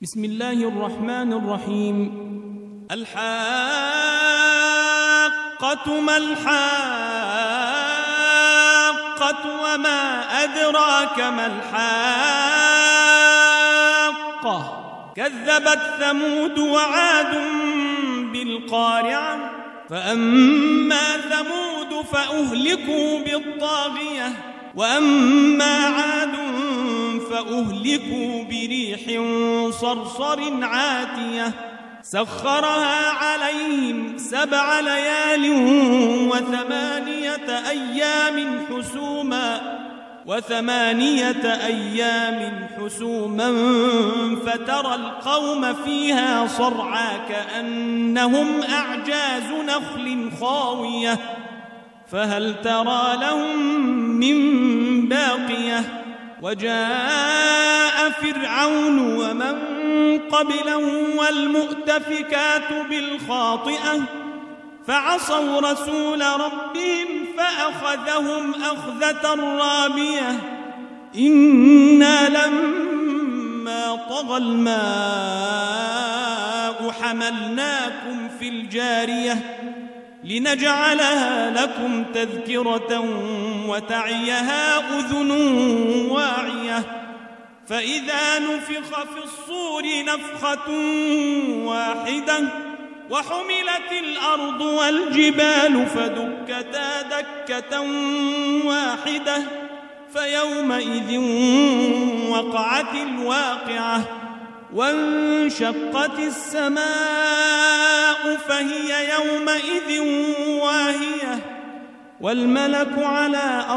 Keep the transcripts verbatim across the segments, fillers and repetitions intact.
بسم الله الرحمن الرحيم. الحاقة ما الحاقة وما أدراك ما الحاقة كذبت ثمود وعاد بالقارعة فأما ثمود فأهلكوا بالطاغية وأما عاد فأهلكوا بريح صرصر عاتية سخرها عليهم سبع ليال وثمانية أيام حسوما وثمانية أيام حسوما فترى القوم فيها صرعى كأنهم أعجاز نخل خاوية فهل ترى لهم من باقية وجاء فرعون ومن قبله والمؤتفكات بالخاطئة فعصوا رسول ربهم فأخذهم أخذة رابية إنا لما طغى الماء حملناكم في الجارية لنجعلها لكم تذكرة وتعيها أذن واعية فإذا نفخ في الصور نفخة واحدة وحملت الأرض والجبال فدكتا دكة واحدة فيومئذ وقعت الواقعة وانشقت السماء فهي يومئذ واهية والملك على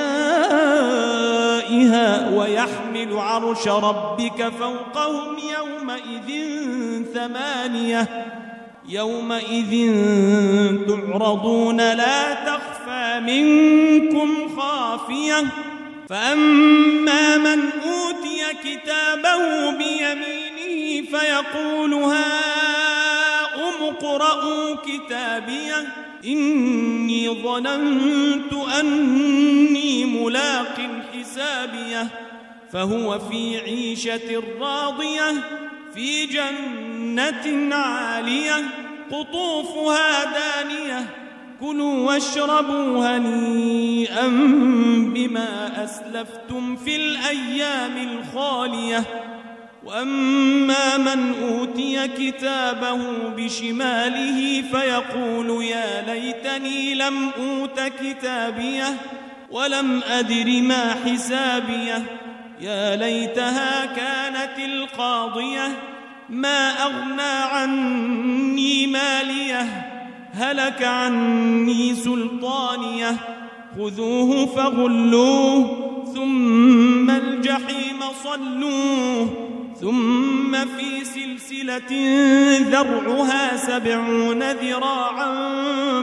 أرجائها ويحمل عرش ربك فوقهم يومئذ ثمانية يومئذ تعرضون لا تخفى منكم خافية فأما من أوتي كتابه بيمينه فيقول هاؤم اقرءوا كتابيه إني ظننت أني ملاق حسابيه فهو في عيشة راضية في جنة عالية قطوفها دانية كلوا واشربوا هنيئا بما أسلفتم في الأيام الخالية وأما من أوتي كتابه بشماله فيقول يا ليتني لم أوت كتابيه ولم أدر ما حسابيه يا ليتها كانت القاضية ما أغنى عني ماليه هلك عني سلطانيه خذوه فغلوه ثم الجحيم صلوه ثم في سلسلة ذرعها سبعون ذراعا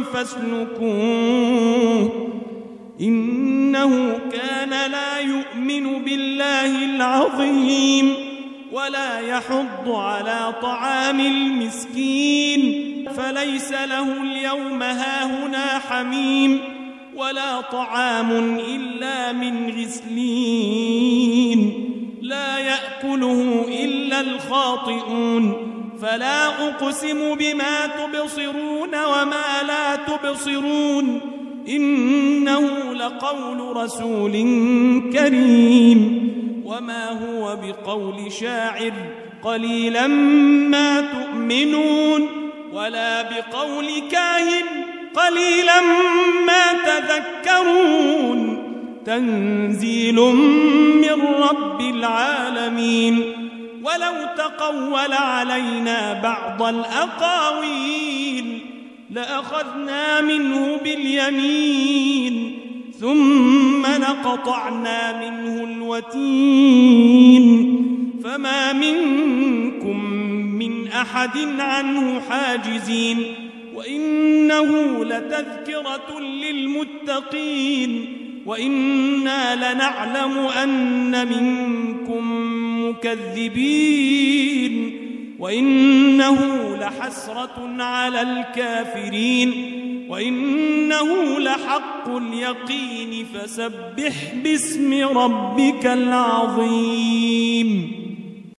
فاسلكوه إنه كان لا يؤمن بالله العظيم ولا يحض على طعام المسكين فليس له اليوم هاهنا حميم ولا طعام إلا من غسلين لا يأكله إلا الخاطئون فلا أقسم بما تبصرون وما لا تبصرون إنه لقول رسول كريم وما هو بقول شاعر قليلا ما تؤمنون ولا بقول كاهن قليلا ما تذكرون تنزيل من رب العالمين ولو تقول علينا بعض الأقاويل لأخذنا منه باليمين ثم لقطعنا منه الوتين فما منكم من أحد عنه حاجزين وإنه لتذكرة للمتقين وإنا لنعلم أن منكم مكذبين وإنه لحسرة على الكافرين وإنه لحق اليقين فسبح باسم ربك العظيم.